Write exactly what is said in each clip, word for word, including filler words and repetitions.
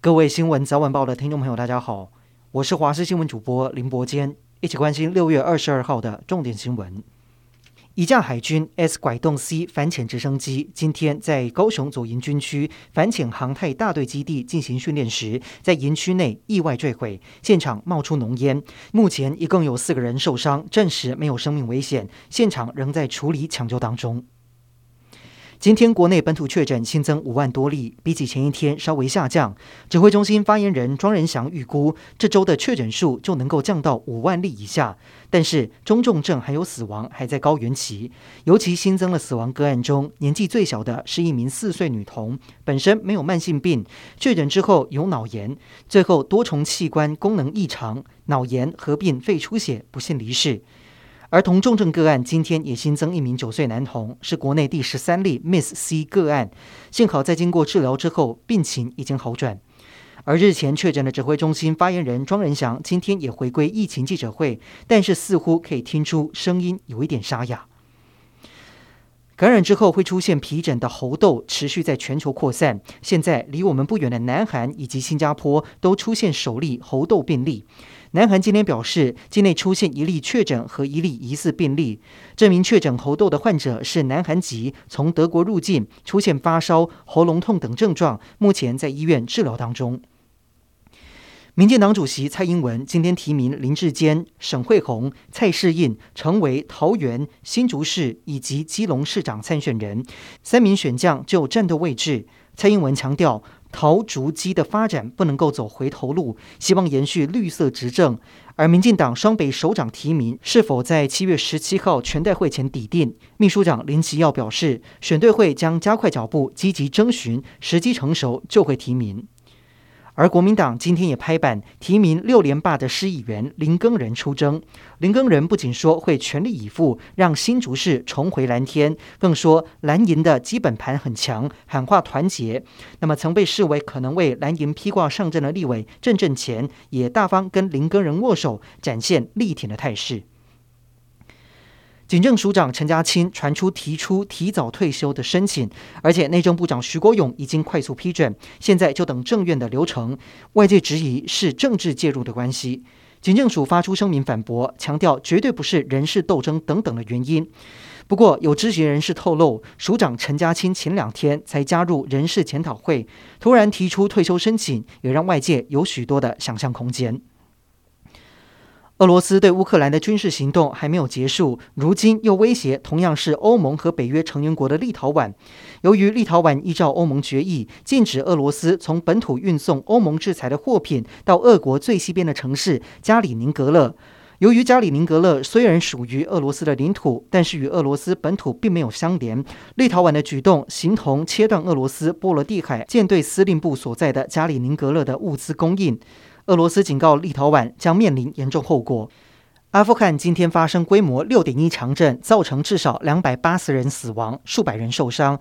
各位新闻早晚报的听众朋友，大家好，我是华视新闻主播林伯坚，一起关心六月二十二号的重点新闻。一架海军 S 拐洞 C 反潜直升机今天在高雄左营军区反潜航太大队基地进行训练时，在营区内意外坠毁，现场冒出浓烟。目前一共有四个人受伤，暂时没有生命危险，现场仍在处理抢救当中。今天国内本土确诊新增五万多例，比起前一天稍微下降。指挥中心发言人庄仁祥预估，这周的确诊数就能够降到五万例以下。但是中重症还有死亡还在高原期，尤其新增的死亡个案中，年纪最小的是一名四岁女童，本身没有慢性病，确诊之后有脑炎，最后多重器官功能异常，脑炎合并肺出血，不幸离世。儿童重症个案今天也新增一名九岁男童，是国内第十三例 Miss C 个案，幸好在经过治疗之后，病情已经好转。而日前确诊的指挥中心发言人庄仁祥今天也回归疫情记者会，但是似乎可以听出声音有一点沙哑。感染之后会出现皮疹的猴痘持续在全球扩散，现在离我们不远的南韩以及新加坡都出现首例猴痘病例。南韩今天表示，境内出现一例确诊和一例疑似病例。这名确诊猴痘的患者是南韩籍，从德国入境，出现发烧、喉咙痛等症状，目前在医院治疗当中。民进党主席蔡英文今天提名林智坚、沈慧虹、蔡适应成为桃园、新竹市以及基隆市长参选人，三名选将就战斗位置。蔡英文强调，桃竹基的发展不能够走回头路，希望延续绿色执政。而民进党双北首长提名是否在七月十七号全代会前底定？秘书长林奇耀表示，选对会将加快脚步，积极征询，时机成熟就会提名。而国民党今天也拍板提名六连霸的市议员林耕仁出征。林耕仁不仅说会全力以赴让新竹市重回蓝天，更说蓝营的基本盘很强，喊话团结。那么曾被视为可能为蓝营披挂上阵的立委郑正乾也大方跟林耕仁握手，展现力挺的态势。警政署长陈家清传出提出提早退休的申请，而且内政部长徐国勇已经快速批准，现在就等政院的流程。外界质疑是政治介入的关系，警政署发出声明反驳，强调绝对不是人事斗争等等的原因。不过有知情人士透露，署长陈家清前两天才加入人事检讨会，突然提出退休申请，也让外界有许多的想象空间。俄罗斯对乌克兰的军事行动还没有结束，如今又威胁同样是欧盟和北约成员国的立陶宛。由于立陶宛依照欧盟决议，禁止俄罗斯从本土运送欧盟制裁的货品到俄国最西边的城市加里宁格勒。由于加里宁格勒虽然属于俄罗斯的领土，但是与俄罗斯本土并没有相连。立陶宛的举动形同切断俄罗斯波罗的海舰队司令部所在的加里宁格勒的物资供应。俄罗斯警告立陶宛将面临严重后果。阿富汗今天发生规模 六点一 强震，造成至少两百八十人死亡，数百人受伤。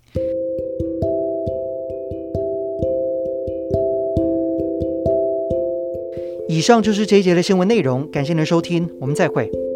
以上就是这一节的新闻内容，感谢您的收听，我们再会。